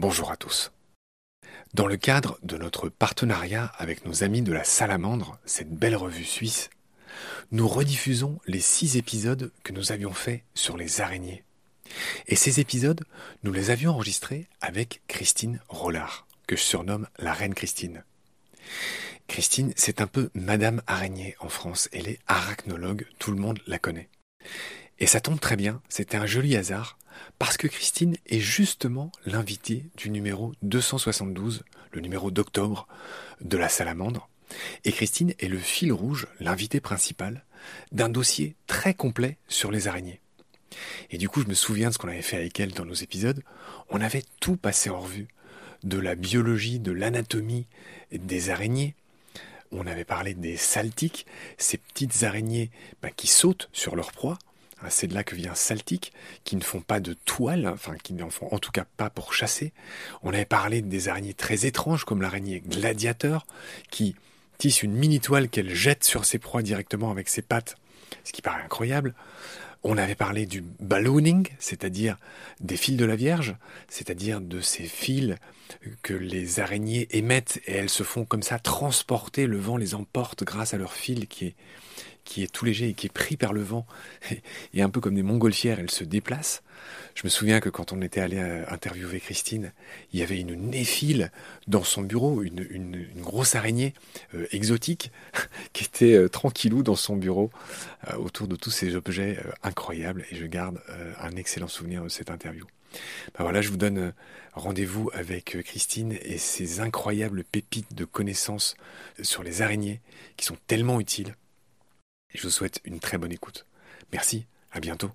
Bonjour à tous. Dans le cadre de notre partenariat avec nos amis de la Salamandre, cette belle revue suisse, nous rediffusons les 6 épisodes que nous avions faits sur les araignées. Et ces épisodes, nous les avions enregistrés avec Christine Rollard, que je surnomme la Reine Christine. Christine, c'est un peu Madame Araignée en France, elle est arachnologue, tout le monde la connaît. Et ça tombe très bien, c'était un joli hasard, parce que Christine est justement l'invitée du numéro 272, le numéro d'octobre de la Salamandre. Et Christine est le fil rouge, l'invité principal, d'un dossier très complet sur les araignées. Et du coup, je me souviens de ce qu'on avait fait avec elle dans nos épisodes. On avait tout passé en revue, de la biologie, de l'anatomie des araignées. On avait parlé des saltiques, ces petites araignées qui sautent sur leur proie. C'est de là que vient saltique, qui ne font pas de toile, enfin qui n'en font en tout cas pas pour chasser. On avait parlé des araignées très étranges, comme l'araignée gladiateur, qui tisse une mini-toile qu'elle jette sur ses proies directement avec ses pattes, ce qui paraît incroyable. On avait parlé du ballooning, c'est-à-dire des fils de la Vierge, c'est-à-dire de ces fils que les araignées émettent et elles se font comme ça transporter, le vent les emporte grâce à leur fil qui est tout léger et qui est pris par le vent, et un peu comme des montgolfières, elles se déplacent. Je me souviens que quand on était allé interviewer Christine, il y avait une néphile dans son bureau, une grosse araignée exotique qui était tranquillou dans son bureau autour de tous ces objets incroyables, et je garde un excellent souvenir de cette interview. Voilà, je vous donne rendez-vous avec Christine et ses incroyables pépites de connaissances sur les araignées qui sont tellement utiles. Et je vous souhaite une très bonne écoute. Merci, à bientôt.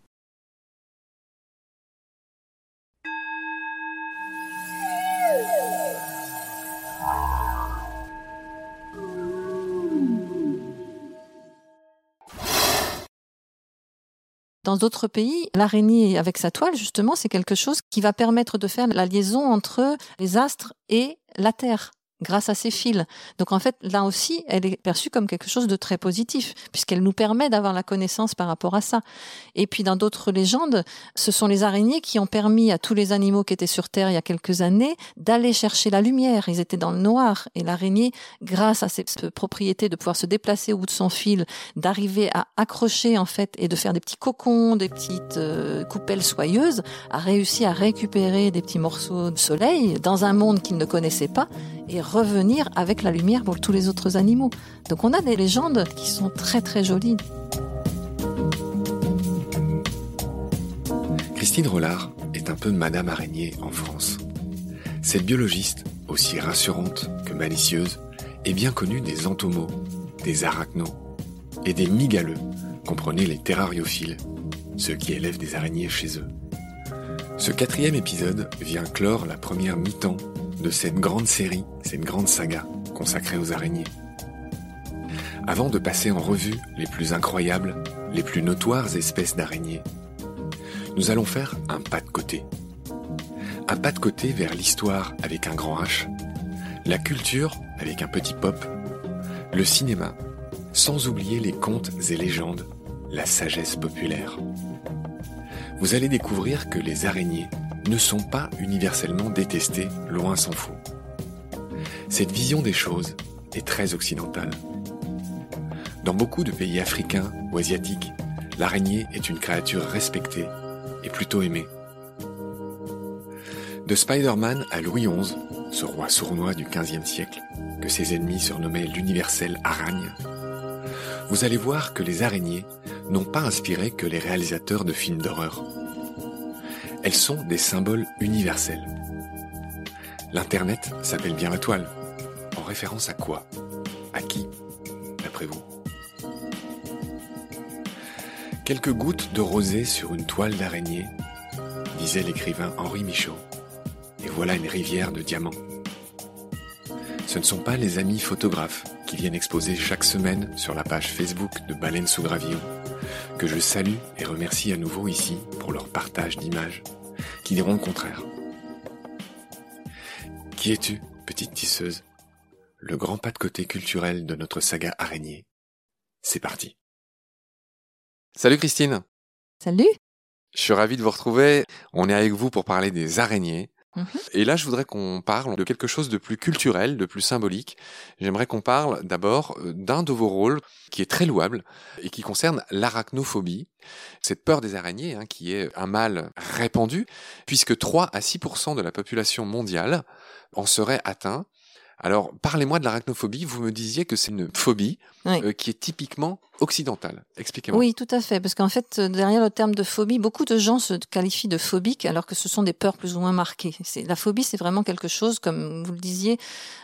Dans d'autres pays, l'araignée avec sa toile, justement, c'est quelque chose qui va permettre de faire la liaison entre les astres et la Terre, grâce à ses fils. Donc en fait, là aussi, elle est perçue comme quelque chose de très positif, puisqu'elle nous permet d'avoir la connaissance par rapport à ça. Et puis dans d'autres légendes, ce sont les araignées qui ont permis à tous les animaux qui étaient sur Terre il y a quelques années d'aller chercher la lumière. Ils étaient dans le noir. Et l'araignée, grâce à cette propriété de pouvoir se déplacer au bout de son fil, d'arriver à accrocher en fait et de faire des petits cocons, des petites coupelles soyeuses, a réussi à récupérer des petits morceaux de soleil dans un monde qu'il ne connaissait pas et revenir avec la lumière pour tous les autres animaux. Donc on a des légendes qui sont très très jolies. Christine Rollard est un peu Madame Araignée en France. Cette biologiste, aussi rassurante que malicieuse, est bien connue des entomos, des arachnos et des migaleux, comprenez les terrariophiles, ceux qui élèvent des araignées chez eux. Ce 4e épisode vient clore la première mi-temps de cette grande série, cette grande saga consacrée aux araignées. Avant de passer en revue les plus incroyables, les plus notoires espèces d'araignées, nous allons faire un pas de côté. Un pas de côté vers l'histoire avec un grand H, la culture avec un petit pop, le cinéma, sans oublier les contes et légendes, la sagesse populaire. Vous allez découvrir que les araignées ne sont pas universellement détestées, loin s'en faut. Cette vision des choses est très occidentale. Dans beaucoup de pays africains ou asiatiques, l'araignée est une créature respectée et plutôt aimée. De Spider-Man à Louis XI, ce roi sournois du XVe siècle, que ses ennemis surnommaient l'universel aragne, vous allez voir que les araignées n'ont pas inspiré que les réalisateurs de films d'horreur. Elles sont des symboles universels. L'Internet s'appelle bien la toile. En référence à quoi? À qui, d'après vous? Quelques gouttes de rosée sur une toile d'araignée, disait l'écrivain Henri Michaud. Et voilà une rivière de diamants. Ce ne sont pas les amis photographes qui viennent exposer chaque semaine sur la page Facebook de Baleines sous Gravillon, que je salue et remercie à nouveau ici pour leur partage d'images, qui diront le contraire. Qui es-tu, petite tisseuse? Le grand pas de côté culturel de notre saga araignée. C'est parti. Salut Christine. Salut. Je suis ravi de vous retrouver. On est avec vous pour parler des araignées. Et là, je voudrais qu'on parle de quelque chose de plus culturel, de plus symbolique. J'aimerais qu'on parle d'abord d'un de vos rôles qui est très louable et qui concerne l'arachnophobie, cette peur des araignées, qui est un mal répandu, puisque 3 à 6% de la population mondiale en serait atteint. Alors, parlez-moi de l'arachnophobie. Vous me disiez que c'est une phobie qui est typiquement occidentale. Expliquez-moi. Oui, tout à fait. Parce qu'en fait, derrière le terme de phobie, beaucoup de gens se qualifient de phobiques alors que ce sont des peurs plus ou moins marquées. La phobie, c'est vraiment quelque chose, comme vous le disiez,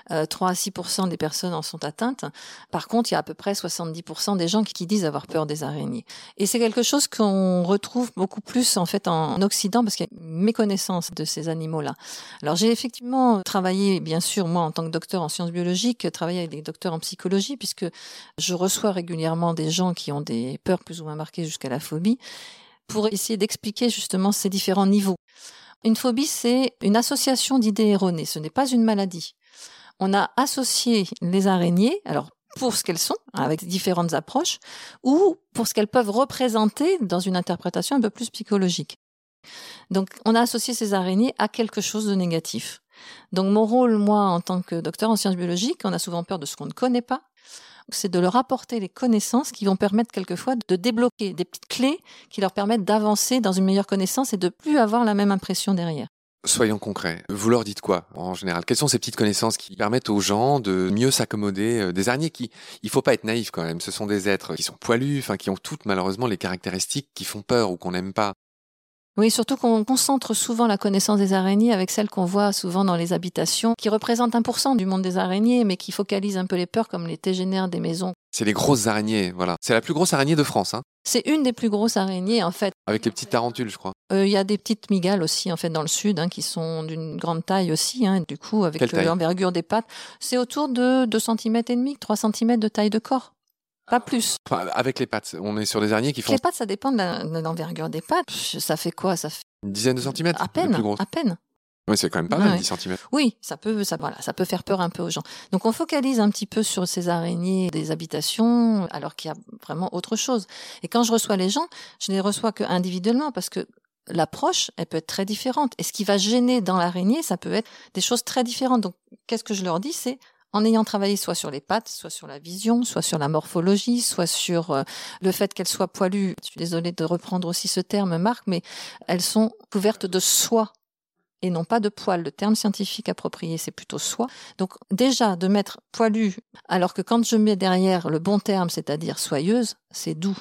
3 à 6% des personnes en sont atteintes. Par contre, il y a à peu près 70% des gens qui disent avoir peur des araignées. Et c'est quelque chose qu'on retrouve beaucoup plus en fait en Occident parce qu'il y a une méconnaissance de ces animaux-là. Alors, j'ai effectivement travaillé, bien sûr, moi, en tant que docteur en sciences biologiques, travaillé avec des docteurs en psychologie puisque je reçois régulièrement des gens qui ont des peurs plus ou moins marquées jusqu'à la phobie pour essayer d'expliquer justement ces différents niveaux. Une phobie, c'est une association d'idées erronées. Ce n'est pas une maladie. On a associé les araignées, alors pour ce qu'elles sont, avec différentes approches, ou pour ce qu'elles peuvent représenter dans une interprétation un peu plus psychologique. Donc, on a associé ces araignées à quelque chose de négatif. Donc, mon rôle, moi, en tant que docteur en sciences biologiques, on a souvent peur de ce qu'on ne connaît pas, c'est de leur apporter les connaissances qui vont permettre quelquefois de débloquer des petites clés qui leur permettent d'avancer dans une meilleure connaissance et de plus avoir la même impression derrière. Soyons concrets. Vous leur dites quoi, en général? Quelles sont ces petites connaissances qui permettent aux gens de mieux s'accommoder des araignées il faut pas être naïf quand même. Ce sont des êtres qui sont poilus, qui ont toutes malheureusement les caractéristiques qui font peur ou qu'on n'aime pas. Oui, surtout qu'on concentre souvent la connaissance des araignées avec celle qu'on voit souvent dans les habitations, qui représentent 1% du monde des araignées, mais qui focalisent un peu les peurs, comme les tégénaires des maisons. C'est les grosses araignées, voilà. C'est la plus grosse araignée de France, C'est une des plus grosses araignées, en fait. Avec les petites tarentules, je crois. Il y a des petites mygales aussi, en fait, dans le sud, qui sont d'une grande taille aussi, du coup, avec l'envergure des pattes. C'est autour de 2,5 cm, 3 cm de taille de corps. Pas plus. Avec les pattes, on est sur des araignées qui font... Les pattes, ça dépend de l'envergure des pattes. Ça fait quoi? Ça fait une dizaine de centimètres? À peine, à peine. Oui, c'est quand même pas mal, 10 cm. Oui, ça peut faire peur un peu aux gens. Donc, on focalise un petit peu sur ces araignées des habitations, alors qu'il y a vraiment autre chose. Et quand je reçois les gens, je les reçois que individuellement, parce que l'approche, elle peut être très différente. Et ce qui va gêner dans l'araignée, ça peut être des choses très différentes. Donc, qu'est-ce que je leur dis? C'est en ayant travaillé soit sur les pattes, soit sur la vision, soit sur la morphologie, soit sur le fait qu'elles soient poilues. Je suis désolée de reprendre aussi ce terme, Marc, mais elles sont couvertes de soie et non pas de poils. Le terme scientifique approprié, c'est plutôt soie. Donc déjà, de mettre poilu, alors que quand je mets derrière le bon terme, c'est-à-dire soyeuse, c'est doux.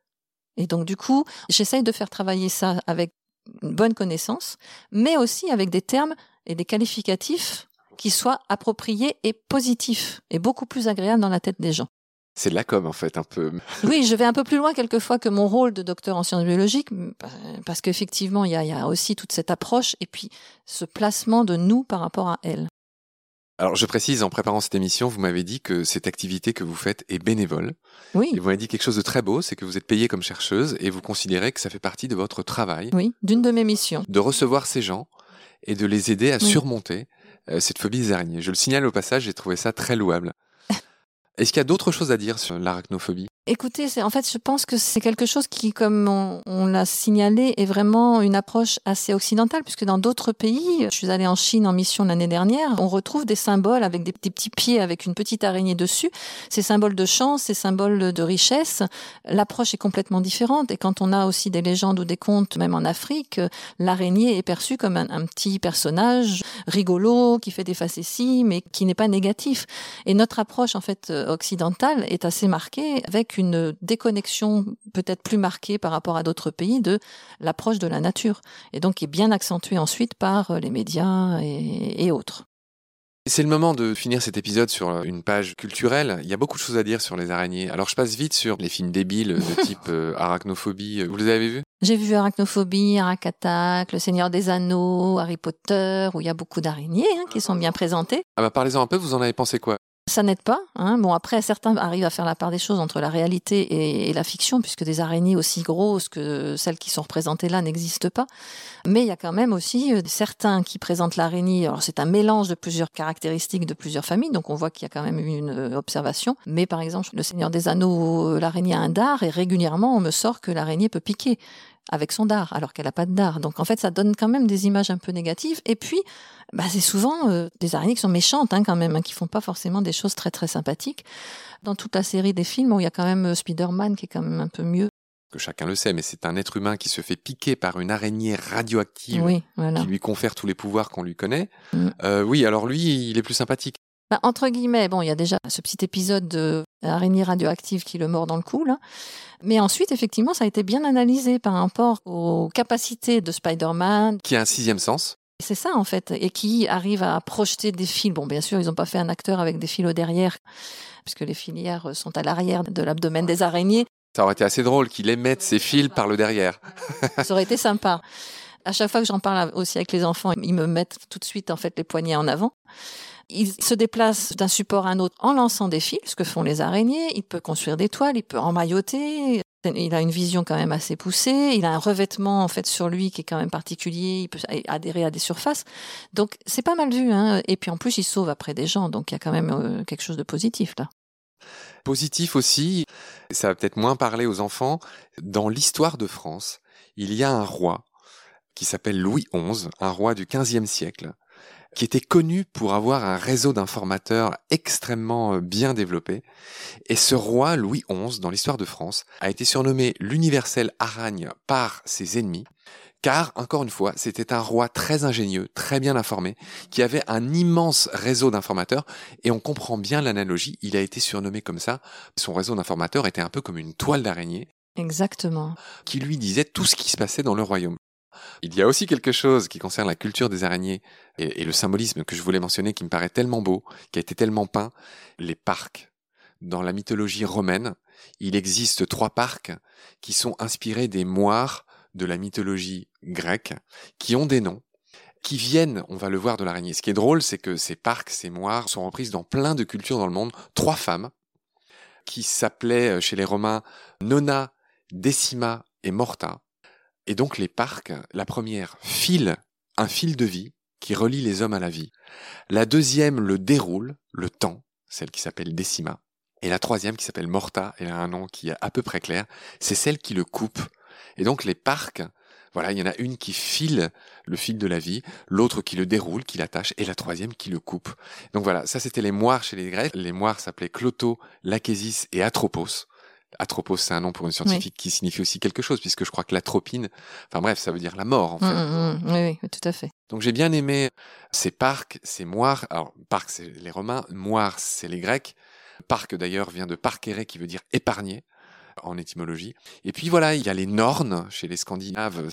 Et donc du coup, j'essaye de faire travailler ça avec une bonne connaissance, mais aussi avec des termes et des qualificatifs qui soient appropriés et positifs, et beaucoup plus agréables dans la tête des gens. C'est de la com, en fait, un peu. Oui, je vais un peu plus loin quelquefois que mon rôle de docteur en sciences biologiques, parce qu'effectivement, il y a aussi toute cette approche, et puis ce placement de nous par rapport à elle. Alors, je précise, en préparant cette émission, vous m'avez dit que cette activité que vous faites est bénévole. Oui. Et vous m'avez dit quelque chose de très beau, c'est que vous êtes payée comme chercheuse, et vous considérez que ça fait partie de votre travail. Oui, d'une de mes missions. De recevoir ces gens, et de les aider à surmonter cette phobie des araignées. Je le signale au passage, j'ai trouvé ça très louable. Est-ce qu'il y a d'autres choses à dire sur l'arachnophobie? Écoutez, en fait, je pense que c'est quelque chose qui, comme on l'a signalé, est vraiment une approche assez occidentale, puisque dans d'autres pays, je suis allée en Chine en mission l'année dernière, on retrouve des symboles avec des petits pieds avec une petite araignée dessus. Ces symboles de chance, ces symboles de richesse, l'approche est complètement différente. Et quand on a aussi des légendes ou des contes, même en Afrique, l'araignée est perçue comme un petit personnage rigolo, qui fait des facéties, mais qui n'est pas négatif. Et notre approche, en fait, occidentale est assez marquée avec une déconnexion peut-être plus marquée par rapport à d'autres pays de l'approche de la nature, et donc qui est bien accentuée ensuite par les médias et autres. C'est le moment de finir cet épisode sur une page culturelle. Il y a beaucoup de choses à dire sur les araignées. Alors je passe vite sur les films débiles de type arachnophobie. Vous les avez vus? J'ai vu Arachnophobie, Art Attack, Le Seigneur des Anneaux, Harry Potter, où il y a beaucoup d'araignées qui sont bien présentées. Ah bah parlez-en un peu, vous en avez pensé quoi? Ça n'aide pas. Bon, après, certains arrivent à faire la part des choses entre la réalité et la fiction, puisque des araignées aussi grosses que celles qui sont représentées là n'existent pas. Mais il y a quand même aussi certains qui présentent l'araignée. Alors, c'est un mélange de plusieurs caractéristiques de plusieurs familles, donc on voit qu'il y a quand même eu une observation. Mais par exemple, Le Seigneur des Anneaux, l'araignée a un dard, et régulièrement, on me sort que l'araignée peut piquer. avec son dard, alors qu'elle n'a pas de dard. Donc en fait, ça donne quand même des images un peu négatives. Et puis, c'est souvent des araignées qui sont méchantes quand même, qui font pas forcément des choses très très sympathiques. Dans toute la série des films, il y a quand même Spider-Man qui est quand même un peu mieux. Que chacun le sait, mais c'est un être humain qui se fait piquer par une araignée radioactive qui lui confère tous les pouvoirs qu'on lui connaît. Oui, alors lui, il est plus sympathique. Entre guillemets, il y a déjà ce petit épisode d'araignée radioactive qui le mord dans le cou, là. Mais ensuite, effectivement, ça a été bien analysé par rapport aux capacités de Spider-Man. Qui a un sixième sens. C'est ça, en fait, et qui arrive à projeter des fils. Bon, bien sûr, ils n'ont pas fait un acteur avec des fils au derrière, puisque les filières sont à l'arrière de l'abdomen des araignées. Ça aurait été assez drôle qu'il émette ses fils par le derrière. Ça aurait été sympa. À chaque fois que j'en parle aussi avec les enfants, ils me mettent tout de suite, en fait, les poignets en avant. Il se déplace d'un support à un autre en lançant des fils, ce que font les araignées. Il peut construire des toiles, il peut emmailloter. Il a une vision quand même assez poussée. Il a un revêtement en fait sur lui qui est quand même particulier. Il peut adhérer à des surfaces. Donc c'est pas mal vu. Et puis en plus, il sauve après des gens. Donc il y a quand même quelque chose de positif là. Positif aussi, ça va peut-être moins parler aux enfants. Dans l'histoire de France, il y a un roi qui s'appelle Louis XI, un roi du XVe siècle, qui était connu pour avoir un réseau d'informateurs extrêmement bien développé. Et ce roi, Louis XI, dans l'histoire de France, a été surnommé l'universel aragne par ses ennemis, car, encore une fois, c'était un roi très ingénieux, très bien informé, qui avait un immense réseau d'informateurs, et on comprend bien l'analogie, il a été surnommé comme ça. Son réseau d'informateurs était un peu comme une toile d'araignée. Exactement. Qui lui disait tout ce qui se passait dans le royaume. Il y a aussi quelque chose qui concerne la culture des araignées et le symbolisme que je voulais mentionner qui me paraît tellement beau, qui a été tellement peint, les parcs. Dans la mythologie romaine, il existe 3 parcs qui sont inspirés des moires de la mythologie grecque, qui ont des noms, qui viennent, on va le voir, de l'araignée. Ce qui est drôle, c'est que ces parcs, ces moires sont reprises dans plein de cultures dans le monde. 3 femmes qui s'appelaient chez les Romains Nona, Decima et Morta. Et donc les parcs, la première file un fil de vie qui relie les hommes à la vie. La deuxième le déroule, le temps, celle qui s'appelle Decima. Et la troisième qui s'appelle Morta, elle a un nom qui est à peu près clair, c'est celle qui le coupe. Et donc les parcs, voilà, il y en a une qui file le fil de la vie, l'autre qui le déroule, qui l'attache, et la troisième qui le coupe. Donc voilà, ça c'était les moires chez les Grecs. Les moires s'appelaient Cloto, Lachesis et Atropos. Atropos, c'est un nom pour une scientifique qui signifie aussi quelque chose, puisque je crois que l'atropine, enfin bref, ça veut dire la mort, en fait. Oui, tout à fait. Donc j'ai bien aimé ces parcs, ces moires. Alors, parcs, c'est les Romains, moires, c'est les Grecs. Parc, d'ailleurs, vient de parquere, qui veut dire épargner, en étymologie. Et puis voilà, il y a les Nornes, chez les Scandinaves.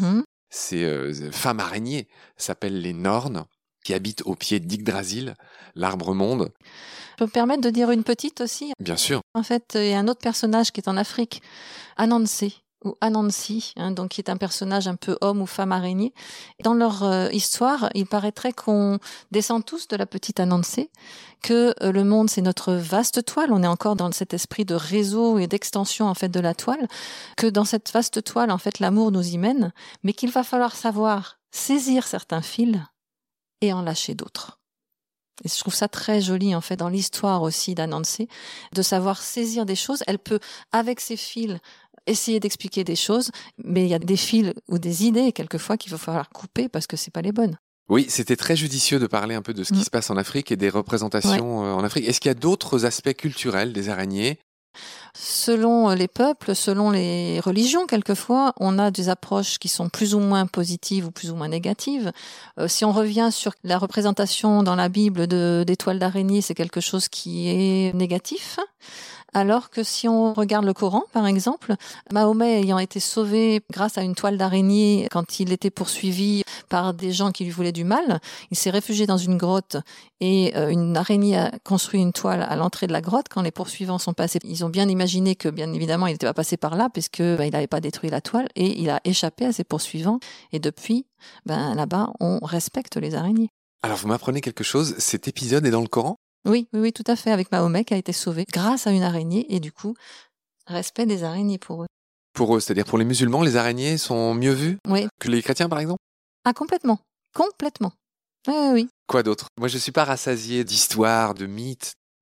Ces femmes araignées s'appellent les Nornes, qui habitent au pied d'Yggdrasil, l'arbre monde. Je peux me permettre de dire une petite aussi. Bien sûr. En fait, il y a un autre personnage qui est en Afrique, Anansi, ou Anansi, donc qui est un personnage un peu homme ou femme araignée. Dans leur histoire, il paraîtrait qu'on descend tous de la petite Anansi, que le monde c'est notre vaste toile. On est encore dans cet esprit de réseau et d'extension en fait de la toile, que dans cette vaste toile en fait l'amour nous y mène, mais qu'il va falloir savoir saisir certains fils et en lâcher d'autres. Et je trouve ça très joli, en fait, dans l'histoire aussi d'Anansi, de savoir saisir des choses. Elle peut, avec ses fils, essayer d'expliquer des choses, mais il y a des fils ou des idées, quelquefois, qu'il va falloir couper parce que c'est pas les bonnes. Oui, c'était très judicieux de parler un peu de ce qui se passe en Afrique et des représentations en Afrique. Est-ce qu'il y a d'autres aspects culturels des araignées ? Selon les peuples, selon les religions, quelquefois, on a des approches qui sont plus ou moins positives ou plus ou moins négatives. Si on revient sur la représentation dans la Bible des toiles d'araignée, c'est quelque chose qui est négatif. Alors que si on regarde le Coran, par exemple, Mahomet ayant été sauvé grâce à une toile d'araignée quand il était poursuivi par des gens qui lui voulaient du mal, il s'est réfugié dans une grotte et une araignée a construit une toile à l'entrée de la grotte. Quand les poursuivants sont passés, ils ont bien imaginé que, bien évidemment, il n'était pas passé par là puisque il n'avait pas détruit la toile et il a échappé à ses poursuivants. Et depuis, là-bas, on respecte les araignées. Alors, vous m'apprenez quelque chose, cet épisode est dans le Coran ? Oui, tout à fait, avec Mahomet qui a été sauvé grâce à une araignée et du coup, respect des araignées pour eux. Pour eux, c'est-à-dire pour les musulmans, les araignées sont mieux vues que les chrétiens, par exemple ? Ah, complètement. Oui. Quoi d'autre ? Moi, je suis pas rassasié d'histoires, de mythes.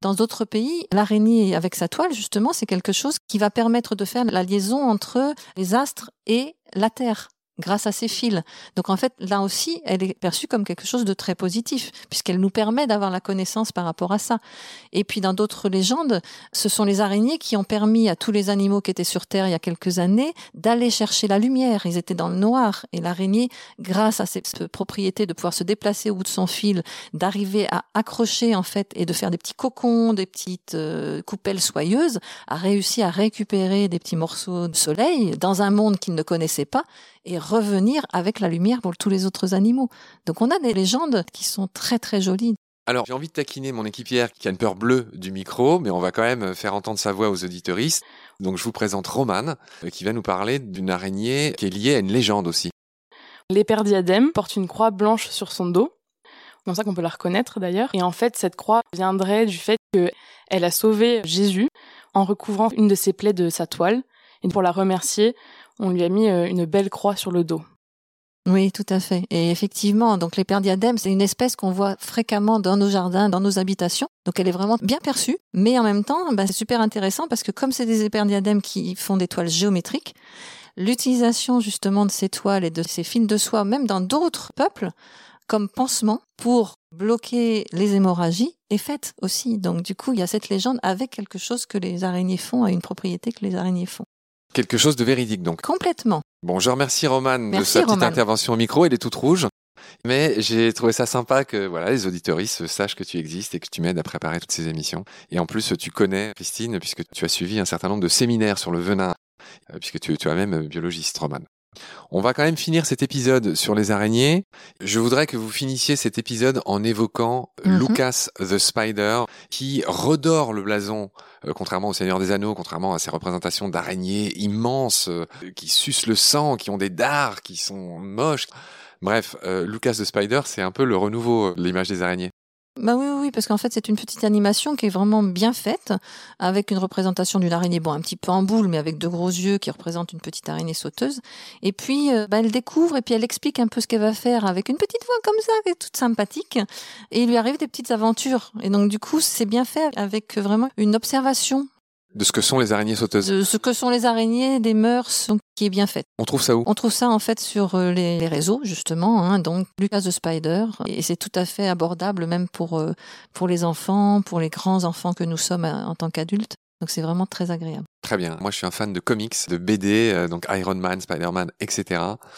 Dans d'autres pays, l'araignée avec sa toile, justement, c'est quelque chose qui va permettre de faire la liaison entre les astres et la Terre, grâce à ses fils. Donc en fait, là aussi, elle est perçue comme quelque chose de très positif, puisqu'elle nous permet d'avoir la connaissance par rapport à ça. Et puis dans d'autres légendes, ce sont les araignées qui ont permis à tous les animaux qui étaient sur Terre il y a quelques années d'aller chercher la lumière. Ils étaient dans le noir. Et l'araignée, grâce à cette propriété de pouvoir se déplacer au bout de son fil, d'arriver à accrocher en fait et de faire des petits cocons, des petites coupelles soyeuses, a réussi à récupérer des petits morceaux de soleil dans un monde qu'il ne connaissait pas et revenir avec la lumière pour tous les autres animaux. Donc on a des légendes qui sont très très jolies. Alors, j'ai envie de taquiner mon équipière qui a une peur bleue du micro, mais on va quand même faire entendre sa voix aux auditeuristes. Donc je vous présente Romane, qui va nous parler d'une araignée qui est liée à une légende aussi. L'éperdiadème porte une croix blanche sur son dos. C'est comme ça qu'on peut la reconnaître d'ailleurs. Et en fait, cette croix viendrait du fait qu'elle a sauvé Jésus en recouvrant une de ses plaies de sa toile. Et pour la remercier, on lui a mis une belle croix sur le dos. Oui, tout à fait. Et effectivement, donc l'éperdiadème, c'est une espèce qu'on voit fréquemment dans nos jardins, dans nos habitations. Donc elle est vraiment bien perçue. Mais en même temps, c'est super intéressant parce que comme c'est des éperdiadèmes qui font des toiles géométriques, l'utilisation justement de ces toiles et de ces fils de soie, même dans d'autres peuples, comme pansement pour bloquer les hémorragies, est faite aussi. Donc du coup, il y a cette légende avec quelque chose que les araignées font, à une propriété que les araignées font. Quelque chose de véridique donc. Complètement. Bon, je remercie Romane de Merci, sa petite Romane. intervention au micro. Elle est toute rouge. Mais j'ai trouvé ça sympa que les auditeuristes sachent que tu existes et que tu m'aides à préparer toutes ces émissions. Et en plus, tu connais Christine puisque tu as suivi un certain nombre de séminaires sur le venin, puisque tu es même biologiste, Romane. On va quand même finir cet épisode sur les araignées. Je voudrais que vous finissiez cet épisode en évoquant Lucas the Spider, qui redore le blason, contrairement au Seigneur des Anneaux, contrairement à ces représentations d'araignées immenses, qui sucent le sang, qui ont des dards, qui sont moches. Bref, Lucas the Spider, c'est un peu le renouveau de l'image des araignées. Oui, parce qu'en fait, c'est une petite animation qui est vraiment bien faite, avec une représentation d'une araignée, un petit peu en boule, mais avec de gros yeux qui représentent une petite araignée sauteuse. Et puis, elle découvre et puis elle explique un peu ce qu'elle va faire avec une petite voix comme ça, qui est toute sympathique. Et il lui arrive des petites aventures. Et donc, du coup, c'est bien fait avec vraiment une observation De ce que sont les araignées sauteuses. de ce que sont les araignées, des mœurs, donc, qui est bien faite. On trouve ça où ? On trouve ça en fait sur les réseaux justement, donc Lucas the Spider, et c'est tout à fait abordable même pour les enfants, pour les grands enfants que nous sommes en tant qu'adultes. Donc c'est vraiment très agréable. Très bien. Moi, je suis un fan de comics, de BD, donc Iron Man, Spider-Man, etc.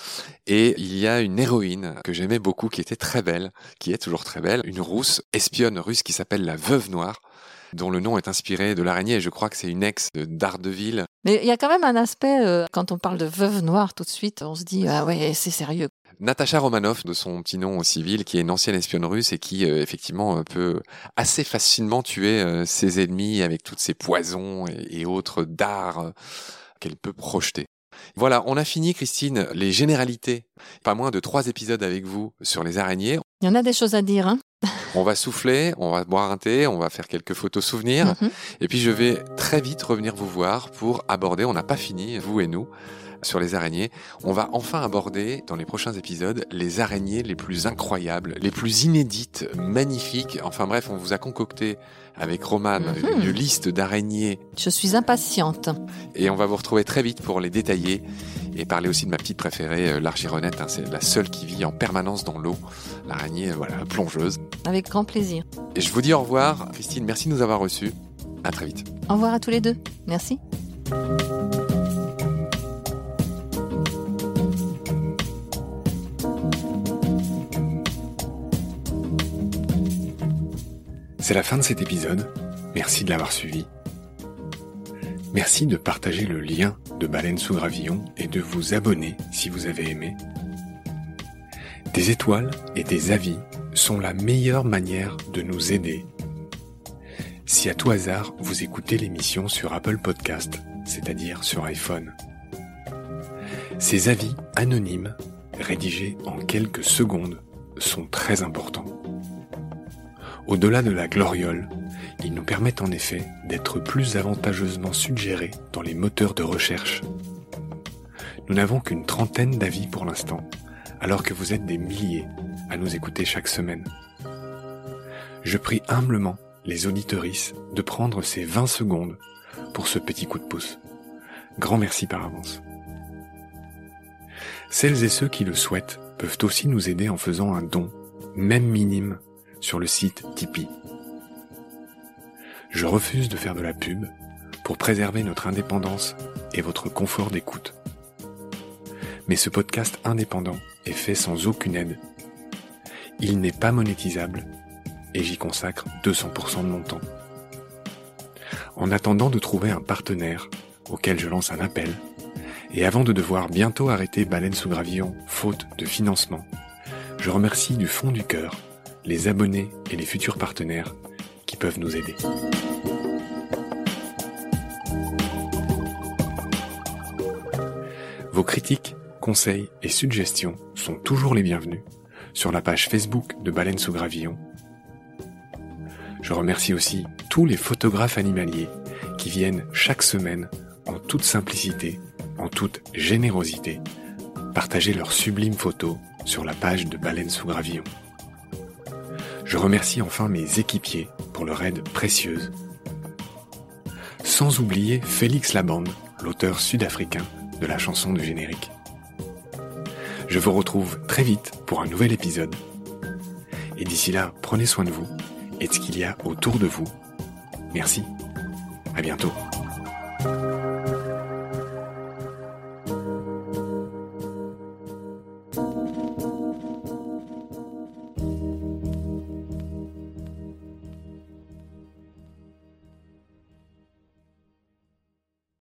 Et il y a une héroïne que j'aimais beaucoup, qui était très belle, qui est toujours très belle, une rousse, espionne russe qui s'appelle la Veuve Noire, dont le nom est inspiré de l'araignée, et je crois que c'est une ex de Daredevil. Mais il y a quand même un aspect, quand on parle de Veuve Noire, tout de suite, on se dit « Ah ouais, c'est sérieux ». Natasha Romanoff, de son petit nom civil, qui est une ancienne espionne russe et qui, effectivement, peut assez facilement tuer ses ennemis avec tous ses poisons et autres dards qu'elle peut projeter. Voilà, on a fini, Christine, les généralités. Pas moins de 3 épisodes avec vous sur les araignées. Il y en a des choses à dire, hein. On va souffler, on va boire un thé, on va faire quelques photos souvenirs. Et puis je vais très vite revenir vous voir pour aborder, on n'a pas fini, vous et nous, sur les araignées. On va enfin aborder, dans les prochains épisodes, les araignées les plus incroyables, les plus inédites, magnifiques. Enfin bref, on vous a concocté avec Romane une liste d'araignées. Je suis impatiente. Et on va vous retrouver très vite pour les détailler et parler aussi de ma petite préférée, l'argironnette. C'est la seule qui vit en permanence dans l'eau. L'araignée, plongeuse. Avec grand plaisir. Et je vous dis au revoir. Christine, merci de nous avoir reçus. À très vite. Au revoir à tous les deux. Merci. C'est la fin de cet épisode. Merci de l'avoir suivi. Merci de partager le lien de Baleine sous Gravillon et de vous abonner si vous avez aimé. Des étoiles et des avis sont la meilleure manière de nous aider. Si à tout hasard vous écoutez l'émission sur Apple Podcast, c'est-à-dire sur iPhone, ces avis anonymes, rédigés en quelques secondes, sont très importants. Au-delà de la gloriole, ils nous permettent en effet d'être plus avantageusement suggérés dans les moteurs de recherche. Nous n'avons qu'une trentaine d'avis pour l'instant, alors que vous êtes des milliers à nous écouter chaque semaine. Je prie humblement les auditeurisses de prendre ces 20 secondes pour ce petit coup de pouce. Grand merci par avance. Celles et ceux qui le souhaitent peuvent aussi nous aider en faisant un don, même minime, sur le site Tipeee. Je refuse de faire de la pub pour préserver notre indépendance et votre confort d'écoute. Mais ce podcast indépendant est fait sans aucune aide. Il n'est pas monétisable et j'y consacre 200% de mon temps. En attendant de trouver un partenaire auquel je lance un appel, et avant de devoir bientôt arrêter Baleine sous Gravillon faute de financement, je remercie du fond du cœur les abonnés et les futurs partenaires qui peuvent nous aider. Vos critiques, conseils et suggestions sont toujours les bienvenus sur la page Facebook de Baleine sous Gravillon. Je remercie aussi tous les photographes animaliers qui viennent chaque semaine en toute simplicité, en toute générosité, partager leurs sublimes photos sur la page de Baleine sous Gravillon. Je remercie enfin mes équipiers pour leur aide précieuse. Sans oublier Félix Labande, l'auteur sud-africain de la chanson de générique. Je vous retrouve très vite pour un nouvel épisode. Et d'ici là, prenez soin de vous et de ce qu'il y a autour de vous. Merci. À bientôt.